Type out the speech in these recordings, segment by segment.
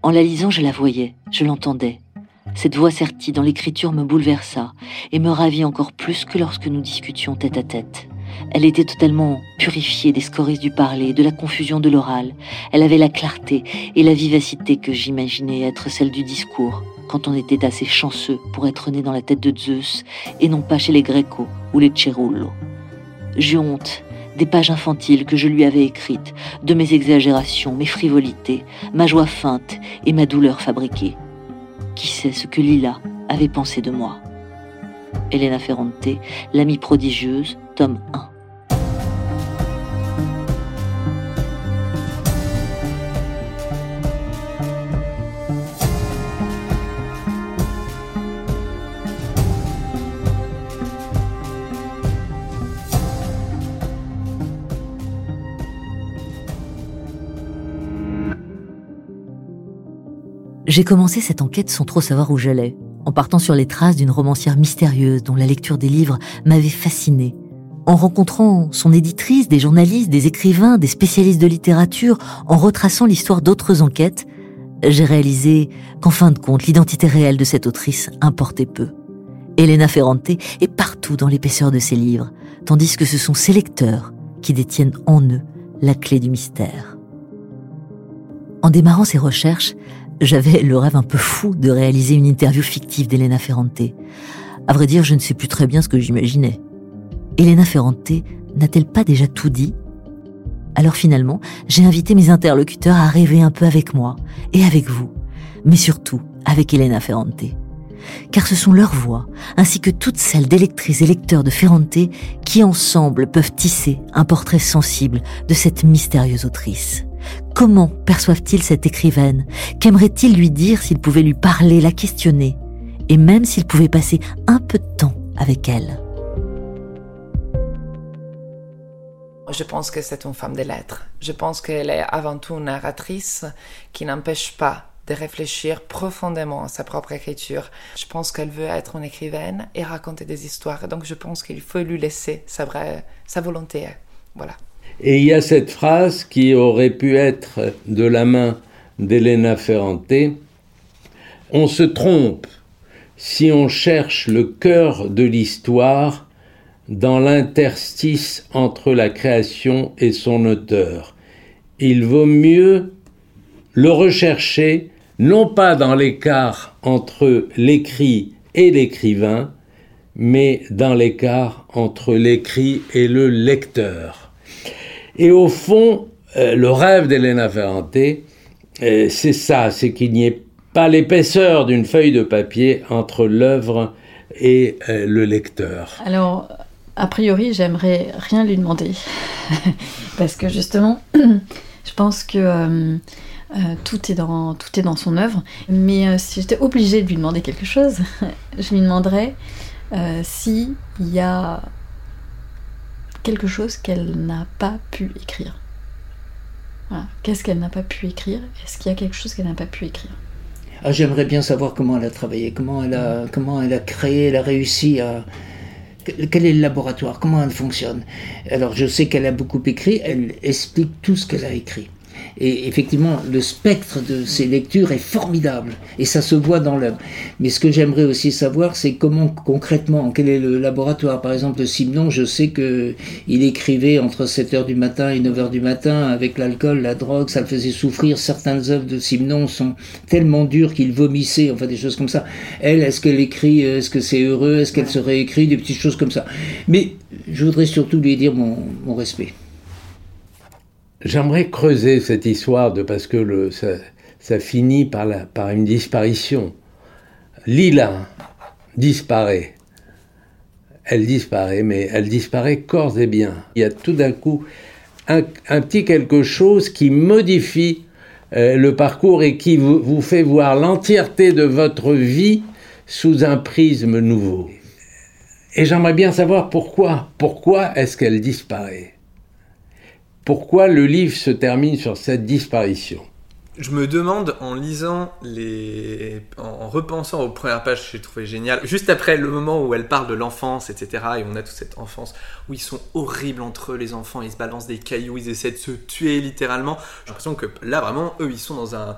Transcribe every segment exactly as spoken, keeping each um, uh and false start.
En la lisant, je la voyais, je l'entendais. Cette voix sertie dans l'écriture me bouleversa et me ravit encore plus que lorsque nous discutions tête à tête. Elle était totalement purifiée des scories du parler, de la confusion de l'oral. Elle avait la clarté et la vivacité que j'imaginais être celle du discours, quand on était assez chanceux pour être né dans la tête de Zeus et non pas chez les Greco ou les Cerullo. J'eus honte des pages infantiles que je lui avais écrites, de mes exagérations, mes frivolités, ma joie feinte et ma douleur fabriquée. Qui sait ce que Lila avait pensé de moi? Elena Ferrante, L'amie prodigieuse, tome un. J'ai commencé cette enquête sans trop savoir où j'allais, en partant sur les traces d'une romancière mystérieuse dont la lecture des livres m'avait fascinée. En rencontrant son éditrice, des journalistes, des écrivains, des spécialistes de littérature, en retraçant l'histoire d'autres enquêtes, j'ai réalisé qu'en fin de compte, l'identité réelle de cette autrice importait peu. Elena Ferrante est partout dans l'épaisseur de ses livres, tandis que ce sont ses lecteurs qui détiennent en eux la clé du mystère. En démarrant ces recherches, j'avais le rêve un peu fou de réaliser une interview fictive d'Elena Ferrante. À vrai dire, je ne sais plus très bien ce que j'imaginais. Elena Ferrante n'a-t-elle pas déjà tout dit? Alors finalement, j'ai invité mes interlocuteurs à rêver un peu avec moi et avec vous, mais surtout avec Elena Ferrante. Car ce sont leurs voix, ainsi que toutes celles des lectrices et lecteurs de Ferrante, qui ensemble peuvent tisser un portrait sensible de cette mystérieuse autrice. Comment perçoivent-ils cette écrivaine? Qu'aimeraient-ils lui dire s'ils pouvaient lui parler, la questionner? Et même s'ils pouvaient passer un peu de temps avec elle? Je pense que c'est une femme de lettres. Je pense qu'elle est avant tout une narratrice qui n'empêche pas de réfléchir profondément à sa propre écriture. Je pense qu'elle veut être une écrivaine et raconter des histoires. Donc je pense qu'il faut lui laisser sa, vraie, sa volonté. Voilà. Et il y a cette phrase qui aurait pu être de la main d'Elena Ferrante. On se trompe si on cherche le cœur de l'histoire dans l'interstice entre la création et son auteur. Il vaut mieux le rechercher, non pas dans l'écart entre l'écrit et l'écrivain, mais dans l'écart entre l'écrit et le lecteur. Et au fond, euh, le rêve d'Elena Ferrante, euh, c'est ça, c'est qu'il n'y ait pas l'épaisseur d'une feuille de papier entre l'œuvre et euh, le lecteur. Alors, a priori, j'aimerais rien lui demander. Parce que justement, je pense que euh, euh, tout est dans, tout est dans son œuvre. Mais euh, si j'étais obligée de lui demander quelque chose, je lui demanderais euh, s'il y a quelque chose qu'elle n'a pas pu écrire. Voilà. Qu'est-ce qu'elle n'a pas pu écrire? Est-ce qu'il y a quelque chose qu'elle n'a pas pu écrire? Ah, j'aimerais bien savoir comment elle a travaillé, comment elle a, comment elle a créé, elle a réussi à... Quel est le laboratoire? Comment elle fonctionne? Alors, je sais qu'elle a beaucoup écrit, elle explique tout ce qu'elle a écrit. Et effectivement, le spectre de ses lectures est formidable, et ça se voit dans l'œuvre. Mais ce que j'aimerais aussi savoir, c'est comment concrètement, quel est le laboratoire. Par exemple, Simenon, je sais qu'il écrivait entre sept heures du matin et neuf heures du matin, avec l'alcool, la drogue, ça le faisait souffrir. Certaines œuvres de Simenon sont tellement dures qu'il vomissait, enfin des choses comme ça. Elle, est-ce qu'elle écrit, est-ce que c'est heureux, est-ce qu'elle se réécrit, des petites choses comme ça. Mais je voudrais surtout lui dire mon, mon respect. J'aimerais creuser cette histoire de parce que le, ça, ça finit par, la, par une disparition. Lila disparaît. Elle disparaît, mais elle disparaît corps et biens. Il y a tout d'un coup un, un petit quelque chose qui modifie euh, le parcours et qui vous, vous fait voir l'entièreté de votre vie sous un prisme nouveau. Et j'aimerais bien savoir pourquoi. Pourquoi est-ce qu'elle disparaît ? Pourquoi le livre se termine sur cette disparition ? Je me demande, en lisant les... en repensant aux premières pages que j'ai trouvé géniales, juste après le moment où elle parle de l'enfance, et cetera, et on a toute cette enfance où ils sont horribles entre eux, les enfants, ils se balancent des cailloux, ils essaient de se tuer littéralement. J'ai l'impression que là, vraiment, eux, ils sont dans un...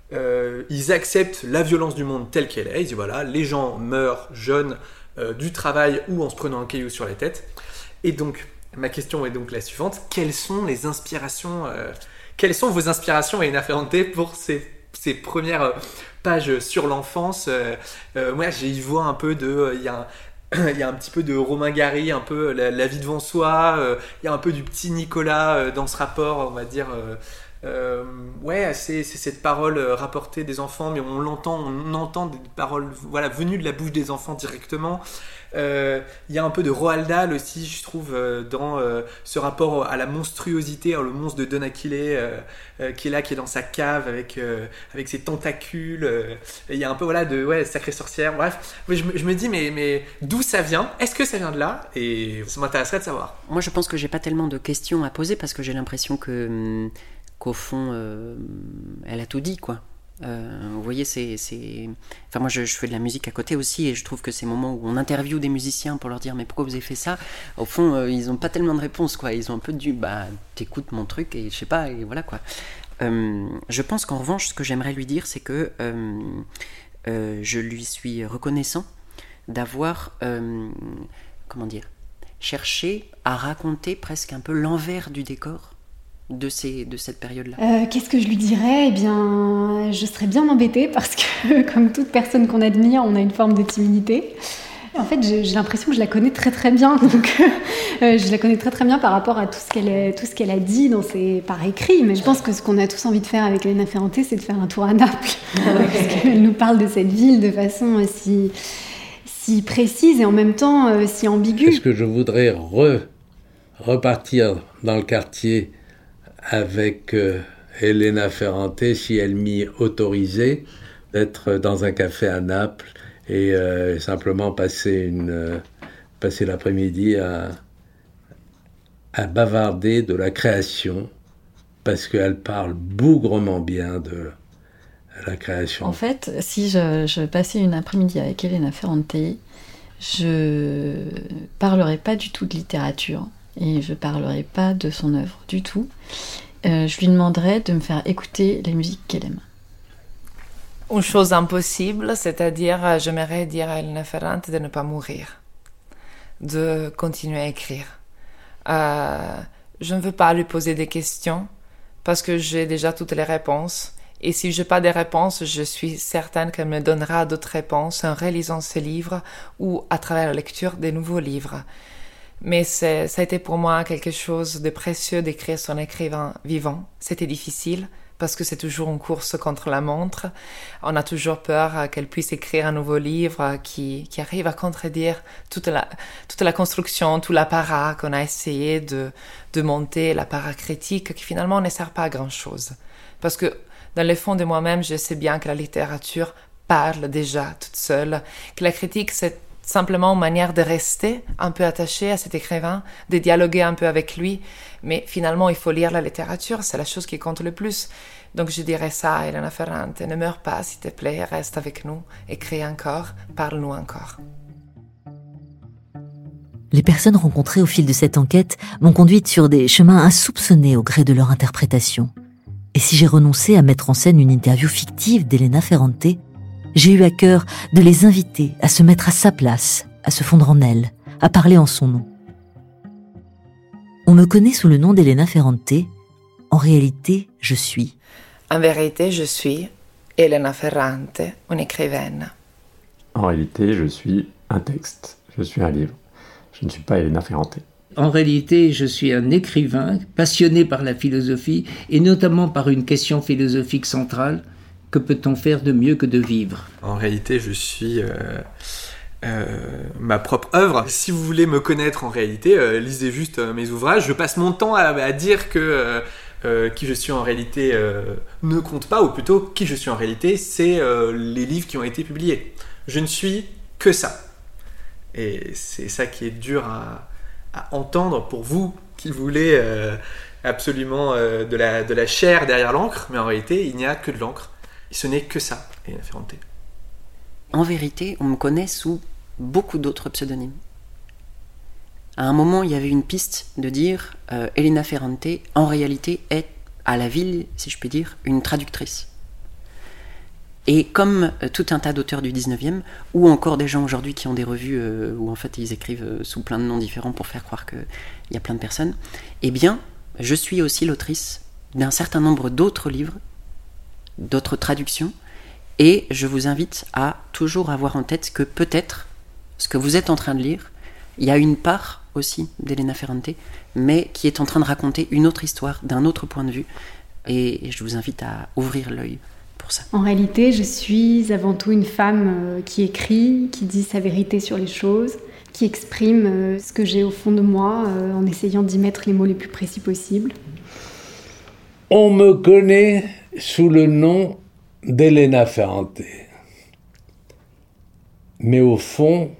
euh, ils acceptent la violence du monde telle qu'elle est. Ils disent voilà, les gens meurent jeunes euh, du travail ou en se prenant un caillou sur la tête. Et donc, ma question est donc la suivante. Quelles sont les inspirations, euh, quelles sont vos inspirations, Elena Ferrante, pour ces, ces premières euh, pages sur l'enfance? euh, euh, Moi, j'y vois un peu de... Il euh, y a un, il y a un petit peu de Romain Gary, un peu la, la vie devant soi, euh, il y a un peu du petit Nicolas euh, dans ce rapport, on va dire, euh, euh, ouais, c'est, c'est cette parole euh, rapportée des enfants, mais on l'entend, on entend des paroles voilà, venues de la bouche des enfants directement. Euh, il y a un peu de Roald Dahl aussi, je trouve, euh, dans euh, ce rapport à la monstruosité, hein, le monstre de Don Aquilée euh, euh, qui est là, qui est dans sa cave avec, euh, avec ses tentacules. Euh, il y a un peu voilà, de ouais, sacrée sorcière. Bref, je, me- je me dis, mais, mais d'où ça vient? Est-ce que ça vient de là? Et ça m'intéresserait de savoir. Moi, je pense que j'ai pas tellement de questions à poser parce que j'ai l'impression que, hum, qu'au fond, euh, elle a tout dit, quoi. Euh, vous voyez, c'est, c'est... Enfin, moi, je, je fais de la musique à côté aussi et je trouve que ces moments où on interviewe des musiciens pour leur dire mais pourquoi vous avez fait ça, au fond, euh, ils ont pas tellement de réponses, quoi. Ils ont un peu du bah, t'écoutes mon truc et je sais pas, et voilà, quoi. Euh, je pense qu'en revanche, ce que j'aimerais lui dire, c'est que euh, euh, je lui suis reconnaissant d'avoir, euh, comment dire, cherché à raconter presque un peu l'envers du décor de, ces, de cette période-là. Euh, qu'est-ce que je lui dirais? Eh bien, je serais bien embêtée parce que, comme toute personne qu'on admire, on a une forme de timidité. En fait, j'ai, j'ai l'impression que je la connais très très bien. Donc, euh, je la connais très très bien par rapport à tout ce qu'elle, est, tout ce qu'elle a dit dans ses, par écrit. Mais je pense que ce qu'on a tous envie de faire avec Elena Ferrante, c'est de faire un tour à Naples. Parce qu'elle nous parle de cette ville de façon si, si précise et en même temps euh, si ambiguë. Est-ce que je voudrais re- repartir dans le quartier avec euh, Elena Ferrante, si elle m'y autorisait, d'être dans un café à Naples et euh, simplement passer, une, euh, passer l'après-midi à, à bavarder de la création, parce qu'elle parle bougrement bien de la création. En fait, si je, je passais une après-midi avec Elena Ferrante, je parlerais pas du tout de littérature et je parlerai pas de son œuvre du tout. Euh, je lui demanderais de me faire écouter les musiques qu'elle aime. Une chose impossible, c'est-à-dire, j'aimerais dire à Elena Ferrante de ne pas mourir, de continuer à écrire. Euh, je ne veux pas lui poser des questions parce que j'ai déjà toutes les réponses. Et si je n'ai pas de réponses, je suis certaine qu'elle me donnera d'autres réponses en relisant ce livre ou à travers la lecture des nouveaux livres. Mais c'est, ça a été pour moi quelque chose de précieux d'écrire sur un écrivain vivant. C'était difficile parce que c'est toujours une course contre la montre. On a toujours peur qu'elle puisse écrire un nouveau livre qui, qui arrive à contredire toute la, toute la construction, tout l'apparat qu'on a essayé de, de monter, l'apparat critique qui finalement ne sert pas à grand-chose. Parce que dans le fond de moi-même, je sais bien que la littérature parle déjà toute seule, que la critique c'est simplement une manière de rester un peu attaché à cet écrivain, de dialoguer un peu avec lui, mais finalement il faut lire la littérature, c'est la chose qui compte le plus. Donc je dirais ça à Elena Ferrante, ne meurs pas s'il te plaît, reste avec nous, écris encore, parle-nous encore. Les personnes rencontrées au fil de cette enquête m'ont conduite sur des chemins insoupçonnés au gré de leur interprétation. Et si j'ai renoncé à mettre en scène une interview fictive d'Elena Ferrante, j'ai eu à cœur de les inviter à se mettre à sa place, à se fondre en elle, à parler en son nom. On me connaît sous le nom d'Elena Ferrante. En réalité, je suis. En vérité, je suis Elena Ferrante, une écrivaine. En réalité, je suis un texte, je suis un livre. Je ne suis pas Elena Ferrante. En réalité, je suis un écrivain passionné par la philosophie et notamment par une question philosophique centrale. Que peut-on faire de mieux que de vivre? En réalité, je suis euh, euh, ma propre œuvre. Si vous voulez me connaître en réalité, euh, lisez juste euh, mes ouvrages. Je passe mon temps à, à dire que euh, euh, qui je suis en réalité euh, ne compte pas, ou plutôt qui je suis en réalité, c'est euh, les livres qui ont été publiés. Je ne suis que ça. Et c'est ça qui est dur à, à entendre pour vous qui voulez euh, absolument euh, de, la, de la chair derrière l'encre, mais en réalité, il n'y a que de l'encre. Ce n'est que ça, Elena Ferrante. En vérité, on me connaît sous beaucoup d'autres pseudonymes. À un moment, il y avait une piste de dire euh, Elena Ferrante, en réalité, est, à la ville, si je puis dire, une traductrice. Et comme euh, tout un tas d'auteurs du dix-neuvième, ou encore des gens aujourd'hui qui ont des revues euh, où en fait ils écrivent euh, sous plein de noms différents pour faire croire qu'il y a plein de personnes, eh bien, je suis aussi l'autrice d'un certain nombre d'autres livres, d'autres traductions, et je vous invite à toujours avoir en tête que peut-être, ce que vous êtes en train de lire, il y a une part aussi d'Elena Ferrante, mais qui est en train de raconter une autre histoire, d'un autre point de vue, et je vous invite à ouvrir l'œil. En réalité, je suis avant tout une femme qui écrit, qui dit sa vérité sur les choses, qui exprime ce que j'ai au fond de moi en essayant d'y mettre les mots les plus précis possibles. On me connaît sous le nom d'Elena Ferrante. Mais au fond,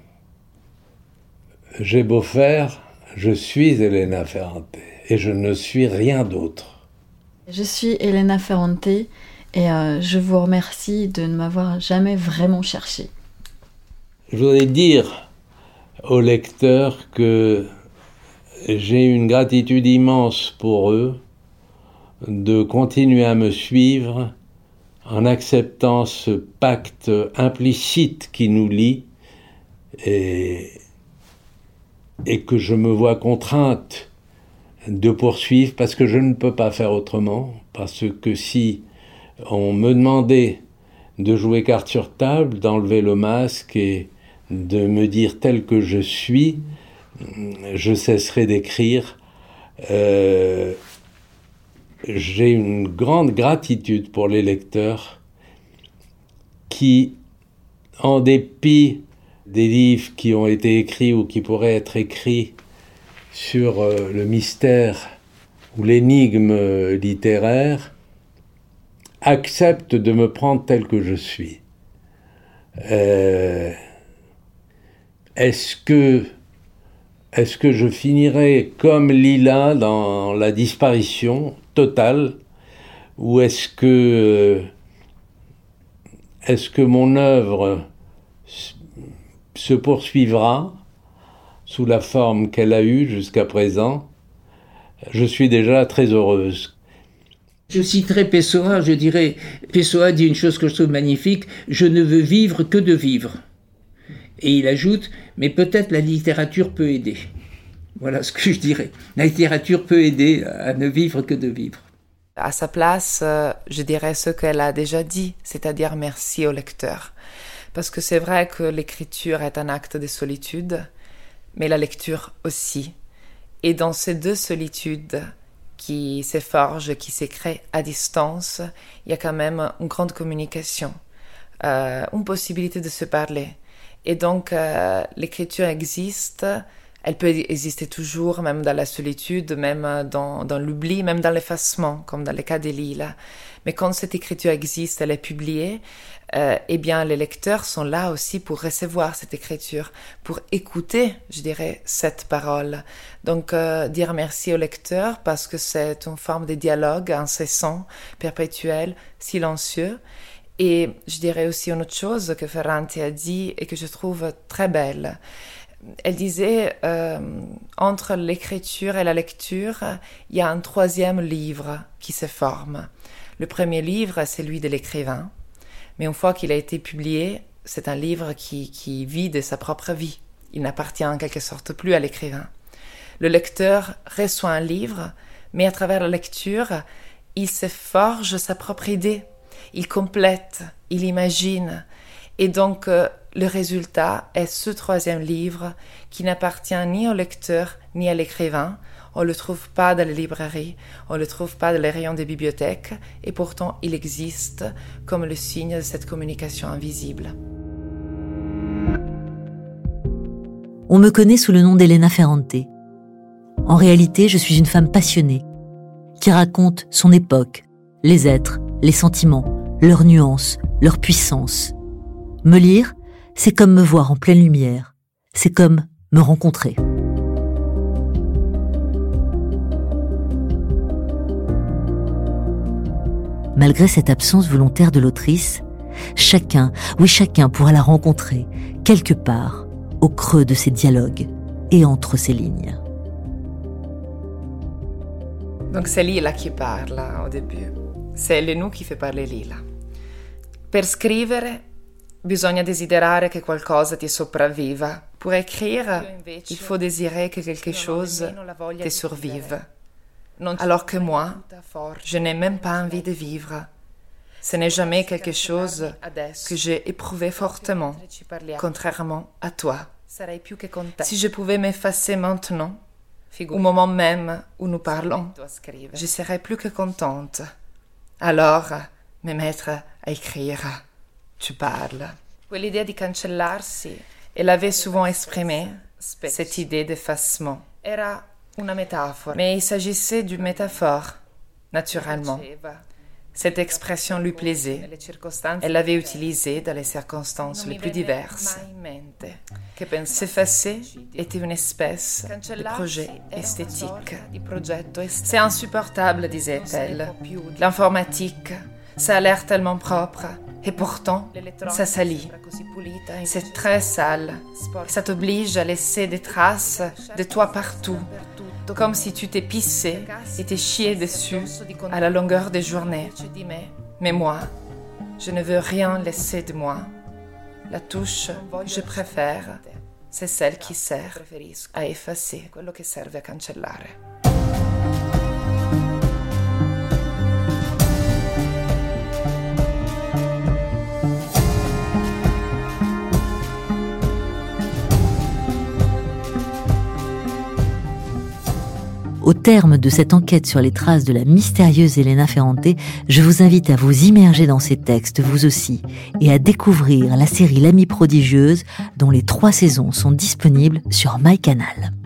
j'ai beau faire, je suis Elena Ferrante et je ne suis rien d'autre. Je suis Elena Ferrante. Et euh, je vous remercie de ne m'avoir jamais vraiment cherché. Je voudrais dire aux lecteurs que j'ai une gratitude immense pour eux de continuer à me suivre en acceptant ce pacte implicite qui nous lie et, et que je me vois contrainte de poursuivre parce que je ne peux pas faire autrement, parce que si on me demandait de jouer carte sur table, d'enlever le masque et de me dire tel que je suis, je cesserai d'écrire. Euh, j'ai une grande gratitude pour les lecteurs qui, en dépit des livres qui ont été écrits ou qui pourraient être écrits sur euh, le mystère ou l'énigme littéraire, accepte de me prendre tel que je suis. Euh, est-ce que, est-ce que je finirai comme Lila dans la disparition totale, ou est-ce que, est-ce que mon œuvre se poursuivra sous la forme qu'elle a eue jusqu'à présent? Je suis déjà très heureuse. Je citerai Pessoa, je dirais, Pessoa dit une chose que je trouve magnifique, « Je ne veux vivre que de vivre ». Et il ajoute, « Mais peut-être la littérature peut aider ». Voilà ce que je dirais. La littérature peut aider à ne vivre que de vivre. À sa place, je dirais ce qu'elle a déjà dit, c'est-à-dire merci au lecteur. Parce que c'est vrai que l'écriture est un acte de solitude, mais la lecture aussi. Et dans ces deux solitudes qui s'efforgent, qui se créent à distance, il y a quand même une grande communication, euh, une possibilité de se parler. Et donc, euh, l'écriture existe, elle peut exister toujours, même dans la solitude, même dans, dans l'oubli, même dans l'effacement, comme dans le cas de Lila. Mais quand cette écriture existe, elle est publiée, euh, eh bien, les lecteurs sont là aussi pour recevoir cette écriture, pour écouter, je dirais, cette parole. Donc, euh, dire merci au lecteur parce que c'est une forme de dialogue incessant, perpétuel, silencieux. Et je dirais aussi une autre chose que Ferrante a dit et que je trouve très belle. Elle disait, euh, entre l'écriture et la lecture, il y a un troisième livre qui se forme. Le premier livre, c'est celui de l'écrivain. Mais une fois qu'il a été publié, c'est un livre qui, qui vit de sa propre vie. Il n'appartient en quelque sorte plus à l'écrivain. Le lecteur reçoit un livre, mais à travers la lecture, il se forge sa propre idée. Il complète, il imagine. Et donc, euh, le résultat est ce troisième livre qui n'appartient ni au lecteur ni à l'écrivain. On ne le trouve pas dans les librairies, on ne le trouve pas dans les rayons des bibliothèques, et pourtant il existe comme le signe de cette communication invisible. On me connaît sous le nom d'Elena Ferrante. En réalité, je suis une femme passionnée, qui raconte son époque, les êtres, les sentiments, leurs nuances, leur puissance. Me lire, c'est comme me voir en pleine lumière, c'est comme me rencontrer. Malgré cette absence volontaire de l'autrice, chacun, oui chacun pourra la rencontrer, quelque part, au creux de ses dialogues et entre ses lignes. Donc c'est Lila qui parle au début. C'est le nous qui fait parler Lila. Per scrivere bisogna desiderare che qualcosa ti sopravviva. Pour écrire, il faut désirer que quelque chose te survive. Alors que moi, je n'ai même pas envie de vivre. Ce n'est jamais quelque chose que j'ai éprouvé fortement, contrairement à toi. Si je pouvais m'effacer maintenant, au moment même où nous parlons, je serais plus que contente. Alors, me mettre à écrire. Tu parles. Quell'idea di cancellarsi, elle avait souvent exprimé cette idée d'effacement. Era una metafora. Mais il s'agissait d'une métaphore, naturellement. Cette expression lui plaisait. Elle l'avait utilisée dans les circonstances les plus diverses. S'effacer était une espèce de projet esthétique. C'est insupportable, disait-elle. L'informatique, ça a l'air tellement propre. Et pourtant, ça salit. C'est très sale. Ça t'oblige à laisser des traces de toi partout. Comme si tu t'es pissé et t'es chié dessus à la longueur des journées. Mais moi, je ne veux rien laisser de moi. La touche que je préfère, c'est celle qui sert à effacer. Quello che serve a cancellare. Au terme de cette enquête sur les traces de la mystérieuse Elena Ferrante, je vous invite à vous immerger dans ces textes, vous aussi, et à découvrir la série L'Amie prodigieuse, dont les trois saisons sont disponibles sur MyCanal.